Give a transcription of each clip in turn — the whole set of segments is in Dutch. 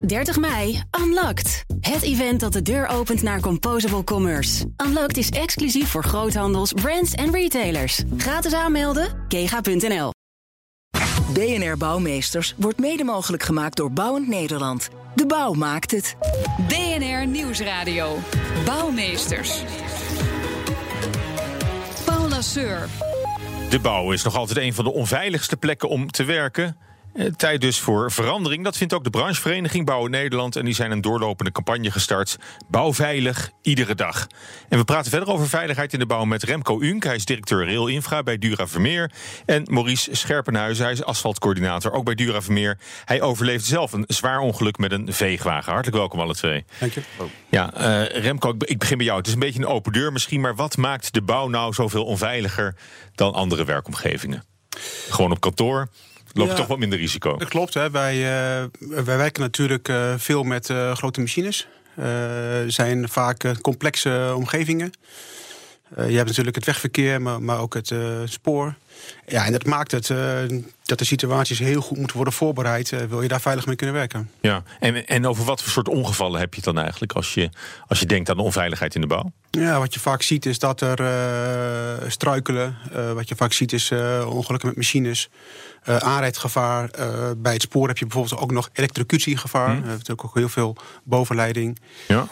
30 mei, Unlocked. Het event dat de deur opent naar Composable Commerce. Unlocked is exclusief voor groothandels, brands en retailers. Gratis aanmelden, kega.nl. BNR Bouwmeesters wordt mede mogelijk gemaakt door Bouwend Nederland. De bouw maakt het. BNR Nieuwsradio. Bouwmeesters. Paul Lasseur. De bouw is nog altijd een van de onveiligste plekken om te werken. Tijd dus voor verandering. Dat vindt ook de branchevereniging Bouwen Nederland. En die zijn een doorlopende campagne gestart. Bouwveilig, iedere dag. En we praten verder over veiligheid in de bouw met Remco Unk. Hij is directeur Rail Infra bij Dura-Vermeer. En Maurice Scherpenhuizen, hij is asfaltcoördinator, ook bij Dura-Vermeer. Hij overleefde zelf een zwaar ongeluk met een veegwagen. Hartelijk welkom alle twee. Dank je. Ja, Remco, ik begin bij jou. Het is een beetje een open deur misschien, maar wat maakt de bouw nou zoveel onveiliger dan andere werkomgevingen? Gewoon op kantoor loop je toch wat minder risico. Dat klopt. Hè. Wij werken natuurlijk veel met grote machines. Zijn vaak complexe omgevingen. Je hebt natuurlijk het wegverkeer, maar ook het spoor. Ja, en dat maakt het dat de situaties heel goed moeten worden voorbereid. Wil je daar veilig mee kunnen werken? Ja, en over wat voor soort ongevallen heb je het dan eigenlijk als je denkt aan de onveiligheid in de bouw? Ja, wat je vaak ziet is dat er struikelen. Wat je vaak ziet is ongelukken met machines. Aanrijdgevaar. Bij het spoor heb je bijvoorbeeld ook nog elektrocutiegevaar. We hebben natuurlijk ook heel veel bovenleiding. Ja.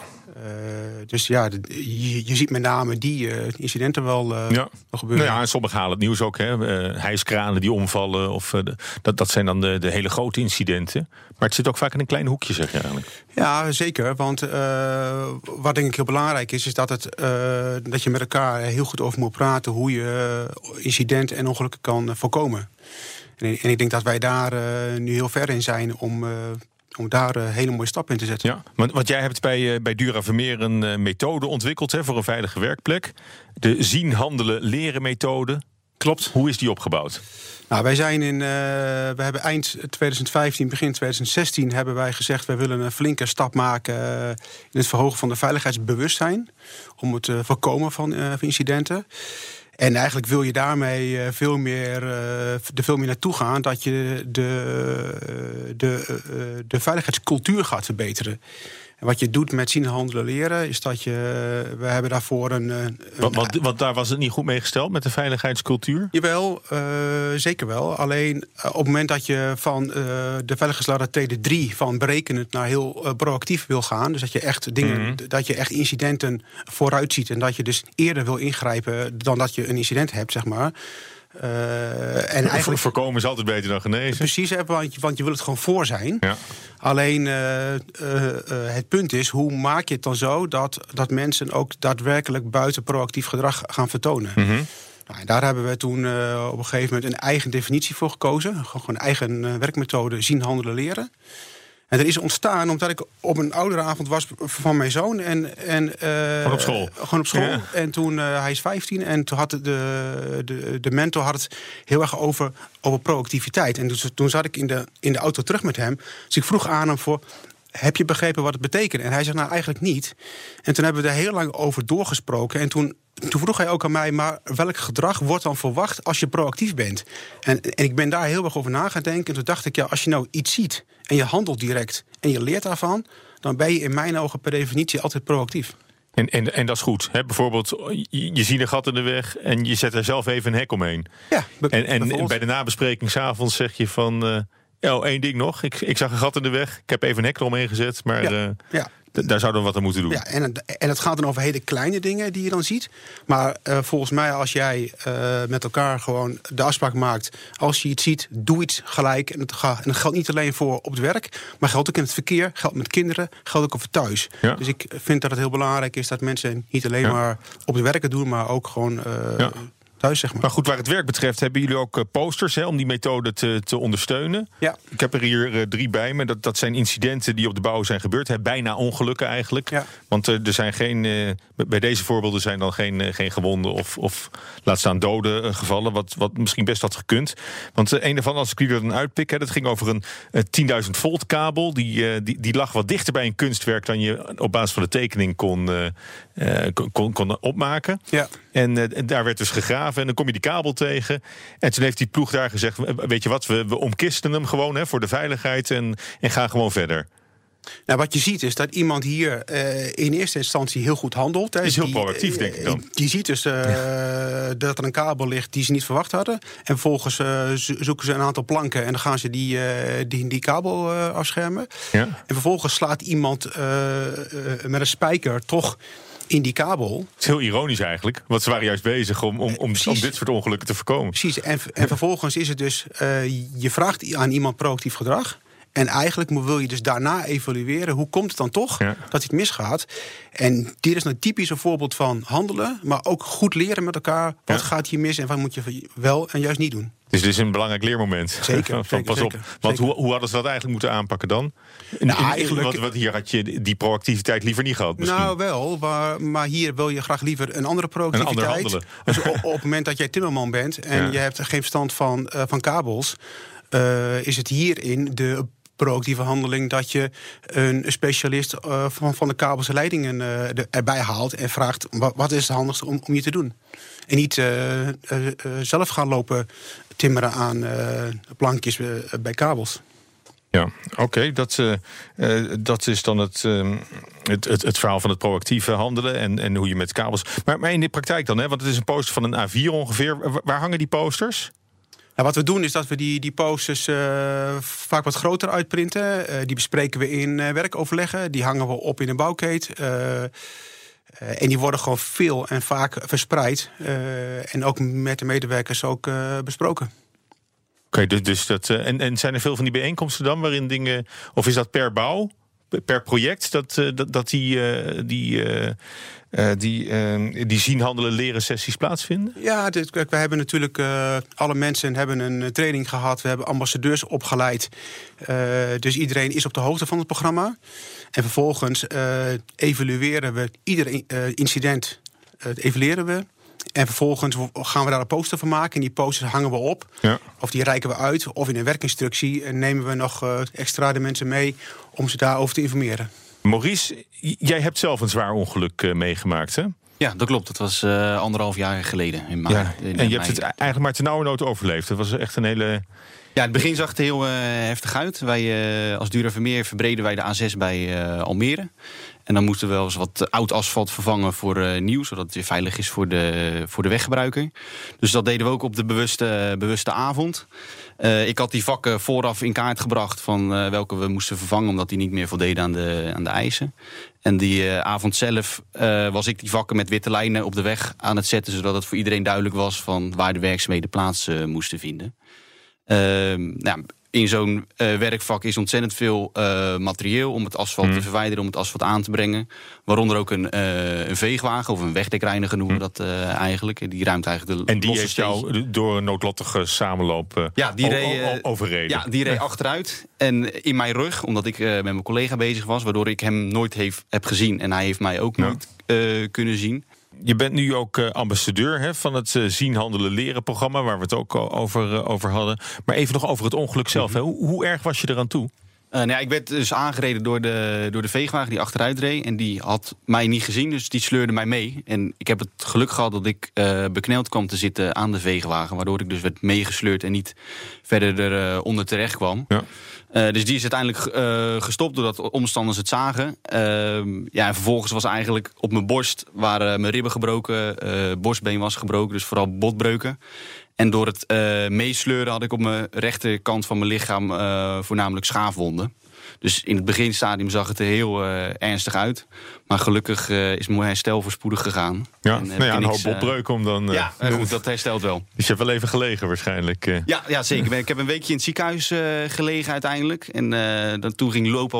Dus ja, je ziet met name die incidenten wel gebeuren. Nou ja, en sommigen halen het nieuws ook. Hijskranen die omvallen. Dat zijn dan de hele grote incidenten. Maar het zit ook vaak in een klein hoekje, zeg je eigenlijk. Ja, zeker. Want wat denk ik heel belangrijk is dat je met elkaar heel goed over moet praten hoe je incidenten en ongelukken kan voorkomen. En ik denk dat wij daar nu heel ver in zijn om daar hele mooie stappen in te zetten. Ja, want jij hebt bij Dura-Vermeer een methode ontwikkeld voor een veilige werkplek. De zien, handelen, leren methode. Klopt. Hoe is die opgebouwd? Nou, we hebben eind 2015, begin 2016 hebben wij gezegd, wij willen een flinke stap maken in het verhogen van de veiligheidsbewustzijn. Om het voorkomen van incidenten. En eigenlijk wil je daarmee veel meer naartoe gaan dat je de veiligheidscultuur gaat verbeteren. En wat je doet met zien, handelen, leren is dat we hebben daarvoor Want daar was het niet goed mee gesteld met de veiligheidscultuur? Jawel, zeker wel. Alleen op het moment dat je van de veiligheidsladder TD3 van berekenend naar heel proactief wil gaan, dus dat je echt dat je echt incidenten vooruit ziet en dat je dus eerder wil ingrijpen dan dat je een incident hebt, zeg maar. En eigenlijk voorkomen is altijd beter dan genezen. Precies, want je wil het gewoon voor zijn. Ja. Alleen het punt is, hoe maak je het dan zo dat mensen ook daadwerkelijk buiten proactief gedrag gaan vertonen? Mm-hmm. Nou, en daar hebben we toen op een gegeven moment een eigen definitie voor gekozen. Gewoon een eigen werkmethode, zien, handelen, leren. En er is ontstaan omdat ik op een ouderavond was van mijn zoon. Gewoon op school? Gewoon op school. Ja. En toen, hij is 15 en toen had de mentor had het heel erg over proactiviteit. En toen zat ik in de auto terug met hem. Dus ik vroeg aan hem heb je begrepen wat het betekent? En hij zegt, nou eigenlijk niet. En toen hebben we er heel lang over doorgesproken. En toen vroeg hij ook aan mij, maar welk gedrag wordt dan verwacht als je proactief bent? En ik ben daar heel erg over na gaan denken. En toen dacht ik, als je nou iets ziet en je handelt direct en je leert daarvan, dan ben je in mijn ogen per definitie altijd proactief. En dat is goed. Hè? Bijvoorbeeld, je ziet een gat in de weg en je zet er zelf even een hek omheen. Ja, en bij de nabespreking 's avonds zeg je van, één ding nog. Ik zag een gat in de weg. Ik heb even een hek eromheen gezet, maar daar zouden we wat aan moeten doen. Ja, en het gaat dan over hele kleine dingen die je dan ziet. Maar volgens mij, als jij met elkaar gewoon de afspraak maakt, als je iets ziet, doe iets gelijk. En dat geldt niet alleen voor op het werk, maar geldt ook in het verkeer, geldt met kinderen, geldt ook over thuis. Ja. Dus ik vind dat het heel belangrijk is dat mensen niet alleen maar op het werk het doen, maar ook gewoon thuis, zeg maar. Maar goed, waar het werk betreft hebben jullie ook posters om die methode te ondersteunen. Ja. Ik heb er hier 3 bij me. Dat zijn incidenten die op de bouw zijn gebeurd. Bijna ongelukken eigenlijk. Ja. Want er zijn bij deze voorbeelden zijn dan geen gewonden of laat staan doden gevallen. Wat misschien best had gekund. Want een daarvan, als ik jullie er dan uitpik, dat ging over een 10.000 volt kabel. Die lag wat dichter bij een kunstwerk dan je op basis van de tekening kon opmaken. Ja. En daar werd dus gegraven. En dan kom je die kabel tegen. En toen heeft die ploeg daar gezegd, weet je wat, we omkisten hem gewoon voor de veiligheid en gaan gewoon verder. Nou, wat je ziet is dat iemand hier in eerste instantie heel goed handelt. Is heel proactief, denk ik dan. Die ziet dus dat er een kabel ligt die ze niet verwacht hadden. En vervolgens zoeken ze een aantal planken en dan gaan ze die kabel afschermen. Ja. En vervolgens slaat iemand met een spijker toch in die kabel. Het is heel ironisch eigenlijk, want ze waren juist bezig om dit soort ongelukken te voorkomen. Precies, en vervolgens is het dus, je vraagt aan iemand proactief gedrag. En eigenlijk wil je dus daarna evalueren, hoe komt het dan toch dat het misgaat? En dit is een typisch voorbeeld van handelen, maar ook goed leren met elkaar. Wat gaat hier mis en wat moet je wel en juist niet doen? Dus dit is een belangrijk leermoment. Zeker. Pas op. Want hoe hadden ze dat eigenlijk moeten aanpakken dan? Want hier had je die proactiviteit liever niet gehad misschien. Nou wel, maar hier wil je graag liever een andere proactiviteit. Dus op het moment dat jij timmerman bent en je hebt geen verstand van kabels, is het hierin de proactieve handeling dat je een specialist van de kabels en leidingen erbij haalt en vraagt wat is het handigste om je te doen. En niet zelf gaan lopen timmeren aan plankjes bij kabels. Ja, oké. Dat is dan het verhaal van het proactieve handelen en hoe je met kabels. Maar in de praktijk dan, want het is een poster van een A4 ongeveer. Waar hangen die posters? Nou, wat we doen is dat we die posters vaak wat groter uitprinten. Die bespreken we in werkoverleggen. Die hangen we op in een bouwkeet. En die worden gewoon veel en vaak verspreid. En ook met de medewerkers ook besproken. Oké, dus dat. En zijn er veel van die bijeenkomsten dan waarin dingen. Of is dat per bouw? Per project dat die zien handelen leren sessies plaatsvinden? Ja, we hebben natuurlijk alle mensen hebben een training gehad. We hebben ambassadeurs opgeleid. Dus iedereen is op de hoogte van het programma. En vervolgens evalueren we ieder incident. Evalueren we. En vervolgens gaan we daar een poster van maken. En die posters hangen we op. Ja. Of die reiken we uit. Of in een werkinstructie nemen we nog extra de mensen mee om ze daarover te informeren. Maurice, jij hebt zelf een zwaar ongeluk meegemaakt, hè? Ja, dat klopt. Dat was 1,5 jaar geleden. In mei, en je hebt het eigenlijk maar ternauwernood overleefd. Dat was echt een hele... Ja, in het begin zag het heel heftig uit. Wij als Dura Vermeer verbreden wij de A6 bij Almere. En dan moesten we wel eens wat oud asfalt vervangen voor nieuw, zodat het weer veilig is voor de weggebruiker. Dus dat deden we ook op de bewuste avond. Ik had die vakken vooraf in kaart gebracht van welke we moesten vervangen, omdat die niet meer voldeden aan de eisen. En die avond zelf was ik die vakken met witte lijnen op de weg aan het zetten, zodat het voor iedereen duidelijk was van waar de werkzaamheden plaats moesten vinden. In zo'n werkvak is ontzettend veel materieel om het asfalt te verwijderen, om het asfalt aan te brengen. Waaronder ook een veegwagen of een wegdekreiniger noemen we dat eigenlijk. Die ruimt eigenlijk de en die heeft jou door een noodlottige samenloop overreden? Ja, die reed achteruit en in mijn rug, omdat ik met mijn collega bezig was, waardoor ik hem nooit heb gezien en hij heeft mij ook nooit kunnen zien. Je bent nu ook ambassadeur van het Zien, Handelen, Leren programma, waar we het ook over hadden. Maar even nog over het ongeluk zelf. Hoe erg was je eraan toe? Ik werd dus aangereden door de veegwagen die achteruit reed. En die had mij niet gezien, dus die sleurde mij mee. En ik heb het geluk gehad dat ik bekneld kwam te zitten aan de veegwagen. Waardoor ik dus werd meegesleurd en niet verder eronder terecht kwam. Ja. Dus die is uiteindelijk gestopt doordat omstanders het zagen. En vervolgens was eigenlijk op mijn borst waren mijn ribben gebroken. Borstbeen was gebroken, dus vooral botbreuken. En door het meesleuren had ik op mijn rechterkant van mijn lichaam voornamelijk schaafwonden. Dus in het beginstadium zag het er heel ernstig uit. Maar gelukkig is mijn herstel voorspoedig gegaan. Ja, een hoop botbreuken om dan... goed, dat herstelt wel. Dus je hebt wel even gelegen waarschijnlijk. Ja, zeker. Ik heb een weekje in het ziekenhuis gelegen uiteindelijk. En toen ging lopen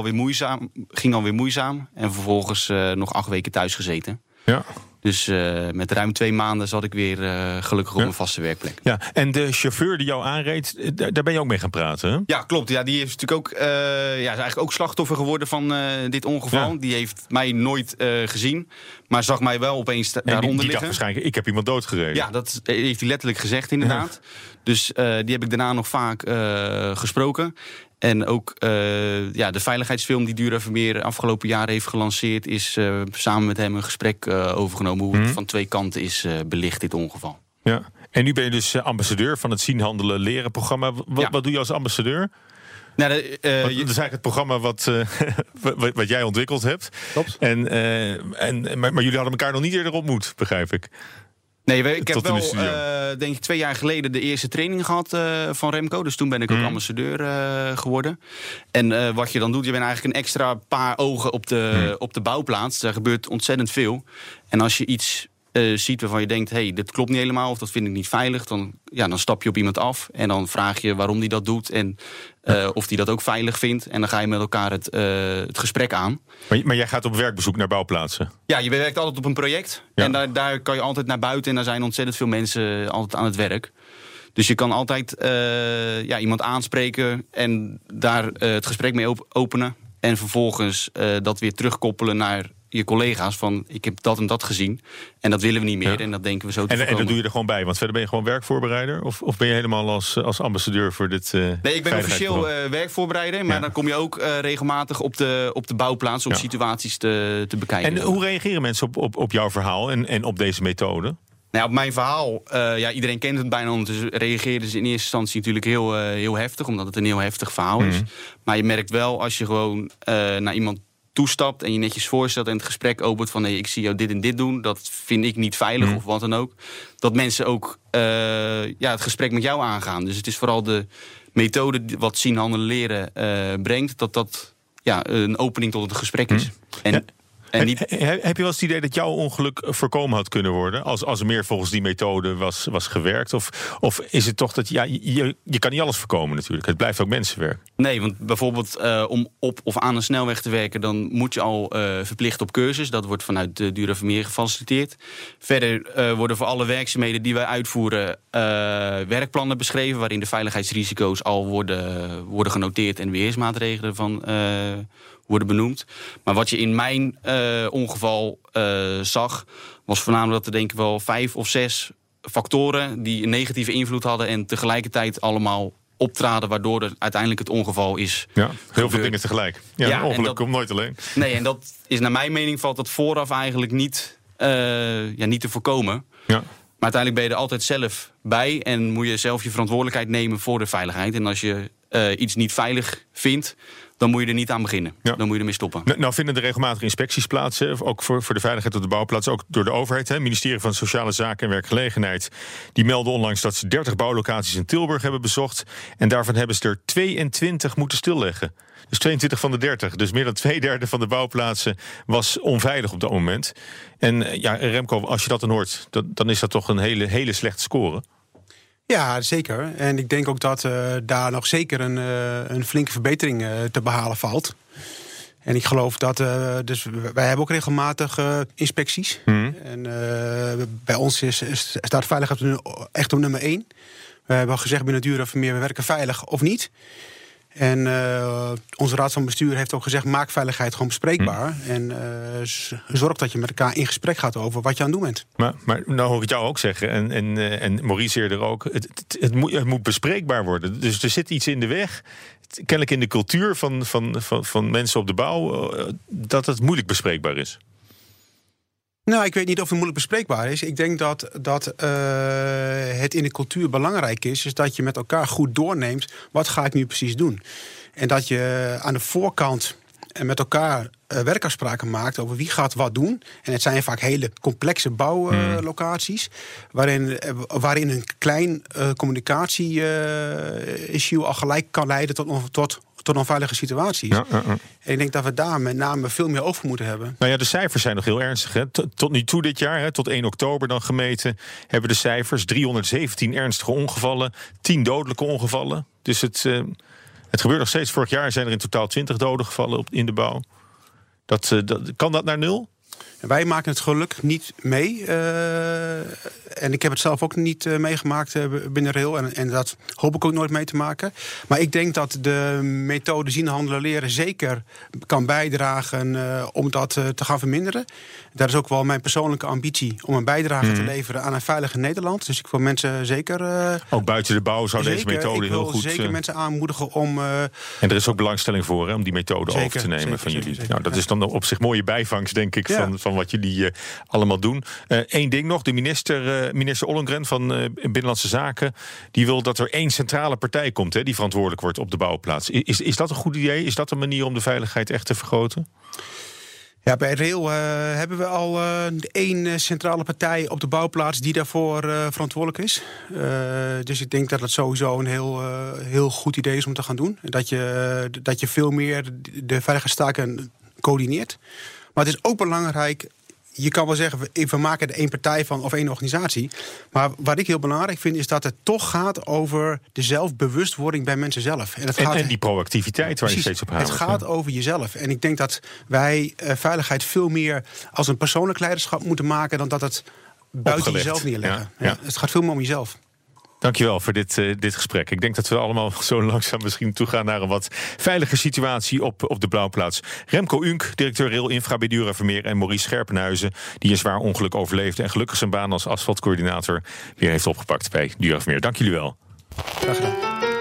alweer moeizaam. En vervolgens nog 8 weken thuis gezeten. Ja. Dus met ruim 2 maanden zat ik weer gelukkig op een vaste werkplek. Ja, en de chauffeur die jou aanreed, daar ben je ook mee gaan praten, hè? Ja, klopt. Ja, die heeft natuurlijk ook, is eigenlijk ook slachtoffer geworden van dit ongeval. Ja. Die heeft mij nooit gezien, maar zag mij wel opeens daaronder liggen. Die dacht waarschijnlijk, ik heb iemand doodgereden. Ja, dat heeft hij letterlijk gezegd inderdaad. Ja. Dus die heb ik daarna nog vaak gesproken. En ook de veiligheidsfilm die Dura Vermeer afgelopen jaren heeft gelanceerd, is samen met hem een gesprek overgenomen hoe het van 2 kanten is belicht, dit ongeval. Ja. En nu ben je dus ambassadeur van het Zien, Handelen, Leren programma. Wat doe je als ambassadeur? Nou, dat is eigenlijk het programma wat jij ontwikkeld hebt. Klopt. Maar jullie hadden elkaar nog niet eerder ontmoet, begrijp ik. Nee, ik heb wel, denk ik, 2 jaar geleden de eerste training gehad van Remco. Dus toen ben ik ook ambassadeur geworden. En wat je dan doet, je bent eigenlijk een extra paar ogen op de bouwplaats. Daar gebeurt ontzettend veel. En als je iets ziet waarvan je denkt, dit klopt niet helemaal, of dat vind ik niet veilig, dan stap je op iemand af. En dan vraag je waarom die dat doet en of die dat ook veilig vindt. En dan ga je met elkaar het gesprek aan. Maar jij gaat op werkbezoek naar bouwplaatsen? Ja, je werkt altijd op een project. Ja. En daar kan je altijd naar buiten. En daar zijn ontzettend veel mensen altijd aan het werk. Dus je kan altijd iemand aanspreken en daar het gesprek mee openen. En vervolgens dat weer terugkoppelen naar je collega's van, ik heb dat en dat gezien en dat willen we niet meer. Ja. En dat denken we zo te voorkomen. En dat doe je er gewoon bij, want verder ben je gewoon werkvoorbereider? Of ben je helemaal als ambassadeur voor dit Nee, ik ben officieel werkvoorbereider, maar dan kom je ook regelmatig op de bouwplaats om situaties te bekijken. En hoe reageren mensen op jouw verhaal en op deze methode? Nou, op mijn verhaal, iedereen kent het bijna, dus reageerden ze in eerste instantie natuurlijk heel heftig, omdat het een heel heftig verhaal is. Maar je merkt wel, als je gewoon naar iemand toestapt en je netjes voorstelt en het gesprek opent van, ik zie jou dit en dit doen, dat vind ik niet veilig of wat dan ook, dat mensen ook het gesprek met jou aangaan. Dus het is vooral de methode wat zien, handelen, leren brengt, dat een opening tot het gesprek is. Heb je wel eens het idee dat jouw ongeluk voorkomen had kunnen worden als er meer volgens die methode was gewerkt? Of is het toch dat je kan niet alles voorkomen natuurlijk? Het blijft ook mensenwerk. Nee, want bijvoorbeeld om op of aan een snelweg te werken, dan moet je al verplicht op cursus. Dat wordt vanuit de Dura Vermeer gefaciliteerd. Verder worden voor alle werkzaamheden die wij uitvoeren werkplannen beschreven, waarin de veiligheidsrisico's al worden genoteerd en weersmaatregelen van worden benoemd. Maar wat je in mijn ongeval zag, was voornamelijk dat er denk ik wel 5 of 6 factoren die een negatieve invloed hadden en tegelijkertijd allemaal optraden, waardoor er uiteindelijk het ongeval is. Ja, heel veel dingen tegelijk. Ja, een ongeluk komt nooit alleen. Nee, en dat is naar mijn mening valt dat vooraf eigenlijk niet te voorkomen. Ja. Maar uiteindelijk ben je er altijd zelf bij en moet je zelf je verantwoordelijkheid nemen voor de veiligheid. En als je iets niet veilig vindt, dan moet je er niet aan beginnen. Ja. Dan moet je ermee stoppen. Nou vinden er regelmatig inspecties plaats, ook voor de veiligheid op de bouwplaats, ook door de overheid. Het ministerie van Sociale Zaken en Werkgelegenheid, die meldde onlangs dat ze 30 bouwlocaties in Tilburg hebben bezocht. En daarvan hebben ze er 22 moeten stilleggen. Dus 22 van de 30. Dus meer dan 2/3 van de bouwplaatsen was onveilig op dat moment. En Remco, als je dat dan hoort, dan is dat toch een hele slechte score. Ja, zeker. En ik denk ook dat daar nog zeker een flinke verbetering te behalen valt. En ik geloof dat dus wij hebben ook regelmatig inspecties. En bij ons staat veiligheid echt op nummer 1. We hebben al gezegd binnen Dura Vermeer, we werken veilig of niet. En onze raad van bestuur heeft ook gezegd, maak veiligheid gewoon bespreekbaar. En zorg dat je met elkaar in gesprek gaat over wat je aan het doen bent. Maar nou hoor ik jou ook zeggen, en Maurice eerder ook, het moet bespreekbaar worden. Dus er zit iets in de weg, kennelijk in de cultuur van mensen op de bouw, dat het moeilijk bespreekbaar is. Nou, ik weet niet of het moeilijk bespreekbaar is. Ik denk dat het in de cultuur belangrijk is dat je met elkaar goed doorneemt, wat ga ik nu precies doen? En dat je aan de voorkant met elkaar werkafspraken maakt over wie gaat wat doen. En het zijn vaak hele complexe bouwlocaties, waarin een klein communicatie-issue al gelijk kan leiden tot onveilige situaties. Ja. En ik denk dat we daar met name veel meer over moeten hebben. Nou ja, de cijfers zijn nog heel ernstig. Hè? Tot nu toe dit jaar, tot 1 oktober dan gemeten, hebben de cijfers 317 ernstige ongevallen, 10 dodelijke ongevallen. Dus het gebeurt nog steeds. Vorig jaar zijn er in totaal 20 doden gevallen in de bouw. Kan dat naar 0? Wij maken het gelukkig niet mee. En ik heb het zelf ook niet meegemaakt binnen Rail. En dat hoop ik ook nooit mee te maken. Maar ik denk dat de methode zien, handelen, leren zeker kan bijdragen om dat te gaan verminderen. Dat is ook wel mijn persoonlijke ambitie om een bijdrage te leveren aan een veiliger Nederland. Dus ik wil mensen zeker... ook buiten de bouw zou deze methode heel goed... Ik wil zeker mensen aanmoedigen om... en er is ook belangstelling voor om die methode over te nemen van jullie. Zeker. Nou, dat is dan op zich mooie bijvangst, denk ik, van van wat jullie allemaal doen. Eén ding nog, de minister Ollongren van Binnenlandse Zaken, die wil dat er één centrale partij komt, die verantwoordelijk wordt op de bouwplaats. Is dat een goed idee? Is dat een manier om de veiligheid echt te vergroten? Ja, bij Rail hebben we al één centrale partij op de bouwplaats die daarvoor verantwoordelijk is. Dus ik denk dat het sowieso een heel goed idee is om te gaan doen. Dat je veel meer de veiligheidstaken coördineert. Maar het is ook belangrijk. Je kan wel zeggen, we maken er één partij van of één organisatie. Maar wat ik heel belangrijk vind, is dat het toch gaat over de zelfbewustwording bij mensen zelf. En die proactiviteit waar je steeds op hamert. Het gaat over jezelf. En ik denk dat wij veiligheid veel meer als een persoonlijk leiderschap moeten maken dan dat het buiten jezelf neerleggen. Ja. Het gaat veel meer om jezelf. Dankjewel voor dit gesprek. Ik denk dat we allemaal zo langzaam misschien toegaan naar een wat veiliger situatie op de bouwplaats. Remco Unk, directeur Rail Infra bij Dura-Vermeer, en Maurice Scherpenhuizen, die een zwaar ongeluk overleefde en gelukkig zijn baan als asfaltcoördinator weer heeft opgepakt bij Dura-Vermeer. Dank jullie wel. Graag gedaan.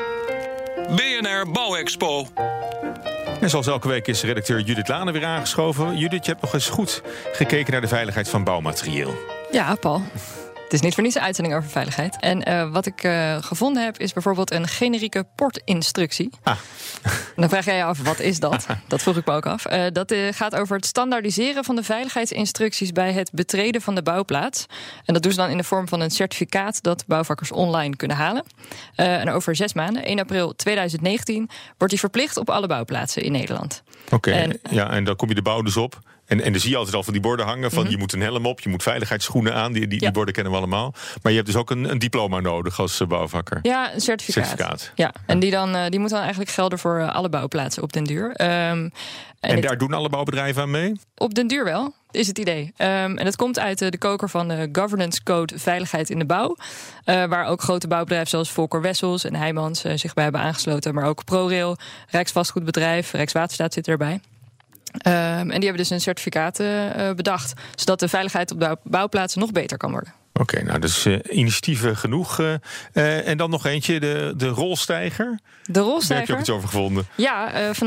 BNR Bouwexpo. En zoals elke week is redacteur Judith Lane weer aangeschoven. Judith, je hebt nog eens goed gekeken naar de veiligheid van bouwmaterieel. Ja, Paul. Het is niet voor niets een uitzending over veiligheid. En wat ik gevonden heb, is bijvoorbeeld een generieke portinstructie. Dan vraag jij je af, wat is dat? Dat vroeg ik me ook af. Dat gaat over het standaardiseren van de veiligheidsinstructies bij het betreden van de bouwplaats. En dat doen ze dan in de vorm van een certificaat dat bouwvakkers online kunnen halen. En over 6 maanden, 1 april 2019, wordt die verplicht op alle bouwplaatsen in Nederland. Oké, en dan kom je de bouw dus op. En dan zie je altijd al van die borden hangen van je moet een helm op, je moet veiligheidsschoenen aan. Die borden kennen we allemaal. Maar je hebt dus ook een diploma nodig als bouwvakker. Ja, een certificaat. Ja, en die moet dan eigenlijk gelden voor alle bouwplaatsen op den duur. En daar doen alle bouwbedrijven aan mee? Op den duur wel, is het idee. En dat komt uit de koker van de Governance Code Veiligheid in de Bouw. Waar ook grote bouwbedrijven zoals Volker Wessels en Heijmans zich bij hebben aangesloten. Maar ook ProRail, Rijksvastgoedbedrijf, Rijkswaterstaat zit erbij. En die hebben dus een certificaat bedacht, zodat de veiligheid op de bouwplaatsen nog beter kan worden. Oké, nou dus initiatieven genoeg. En dan nog eentje, de rolstijger. De rolstijger? Daar heb je ook iets over gevonden. Ja,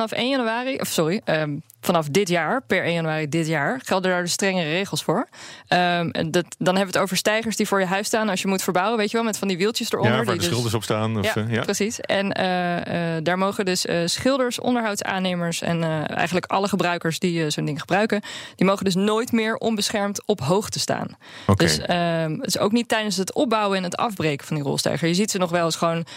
vanaf dit jaar, per 1 januari dit jaar, gelden daar de strengere regels voor. Dan hebben we het over stijgers die voor je huis staan als je moet verbouwen, weet je wel, met van die wieltjes eronder. Ja, waar de schilders op staan. Ja, precies. En daar mogen dus schilders, onderhoudsaannemers en eigenlijk alle gebruikers die zo'n ding gebruiken, die mogen dus nooit meer onbeschermd op hoogte staan. Okay. Dus het is ook niet tijdens het opbouwen en het afbreken van die rolstijger. Je ziet ze nog wel eens gewoon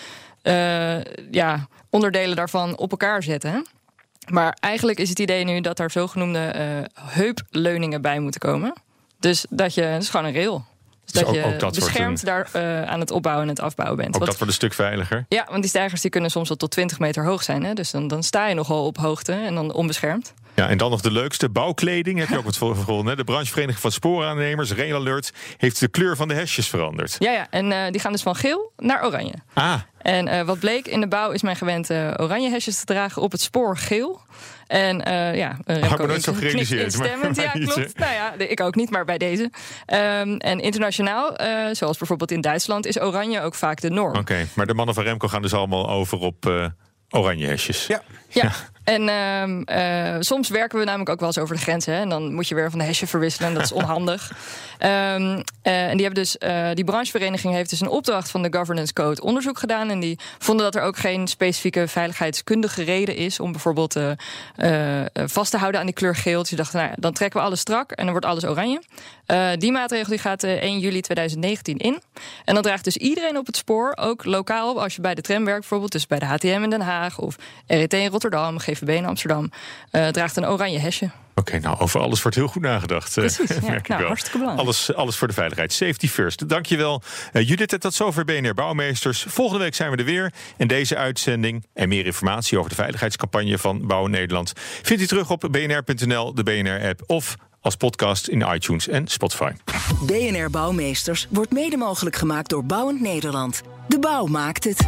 onderdelen daarvan op elkaar zetten, hè? Maar eigenlijk is het idee nu dat er zogenoemde heupleuningen bij moeten komen. Dus het is gewoon een rail. Dus dat je beschermd daar aan het opbouwen en het afbouwen bent. Dat wordt een stuk veiliger. Ja, want die stijgers die kunnen soms wel tot 20 meter hoog zijn. Hè? Dus dan sta je nogal op hoogte en dan onbeschermd. Ja, en dan nog de leukste, bouwkleding. Heb je ook wat voor gevonden. De branchevereniging van spooraannemers, Rail Alert, heeft de kleur van de hesjes veranderd. Ja, en die gaan dus van geel naar oranje. En wat bleek, in de bouw is men gewend oranje hesjes te dragen, op het spoor geel. En Remco nooit zo gerealiseerd. Ja, klopt. Nou ja, ik ook niet, maar bij deze. En internationaal, zoals bijvoorbeeld in Duitsland, is oranje ook vaak de norm. Oké, maar de mannen van Remco gaan dus allemaal over op oranje hesjes. Ja. En soms werken we namelijk ook wel eens over de grenzen. Hè? En dan moet je weer van de hesje verwisselen. En dat is onhandig. En die hebben dus, die branchevereniging heeft dus een opdracht van de Governance Code onderzoek gedaan. En die vonden dat er ook geen specifieke veiligheidskundige reden is om bijvoorbeeld vast te houden aan die kleur geel. Dus die dachten, dan trekken we alles strak en dan wordt alles oranje. Die maatregel die gaat 1 juli 2019 in. En dan draagt dus iedereen op het spoor, ook lokaal, als je bij de tram werkt bijvoorbeeld, dus bij de HTM in Den Haag of RET in Rotterdam, GVB in Amsterdam, draagt een oranje hesje. Oké, nou, over alles wordt heel goed nagedacht. Precies, hartstikke belangrijk. Alles voor de veiligheid. Safety first. Dankjewel, Judith. Tot zover BNR Bouwmeesters. Volgende week zijn we er weer. En deze uitzending en meer informatie over de veiligheidscampagne van Bouwen Nederland vindt u terug op bnr.nl, de BNR-app of als podcast in iTunes en Spotify. BNR Bouwmeesters wordt mede mogelijk gemaakt door Bouwend Nederland. De bouw maakt het.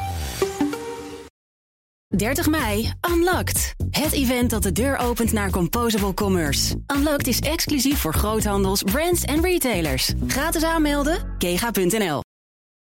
30 mei, Unlocked. Het event dat de deur opent naar Composable Commerce. Unlocked is exclusief voor groothandels, brands en retailers. Gratis aanmelden, kega.nl.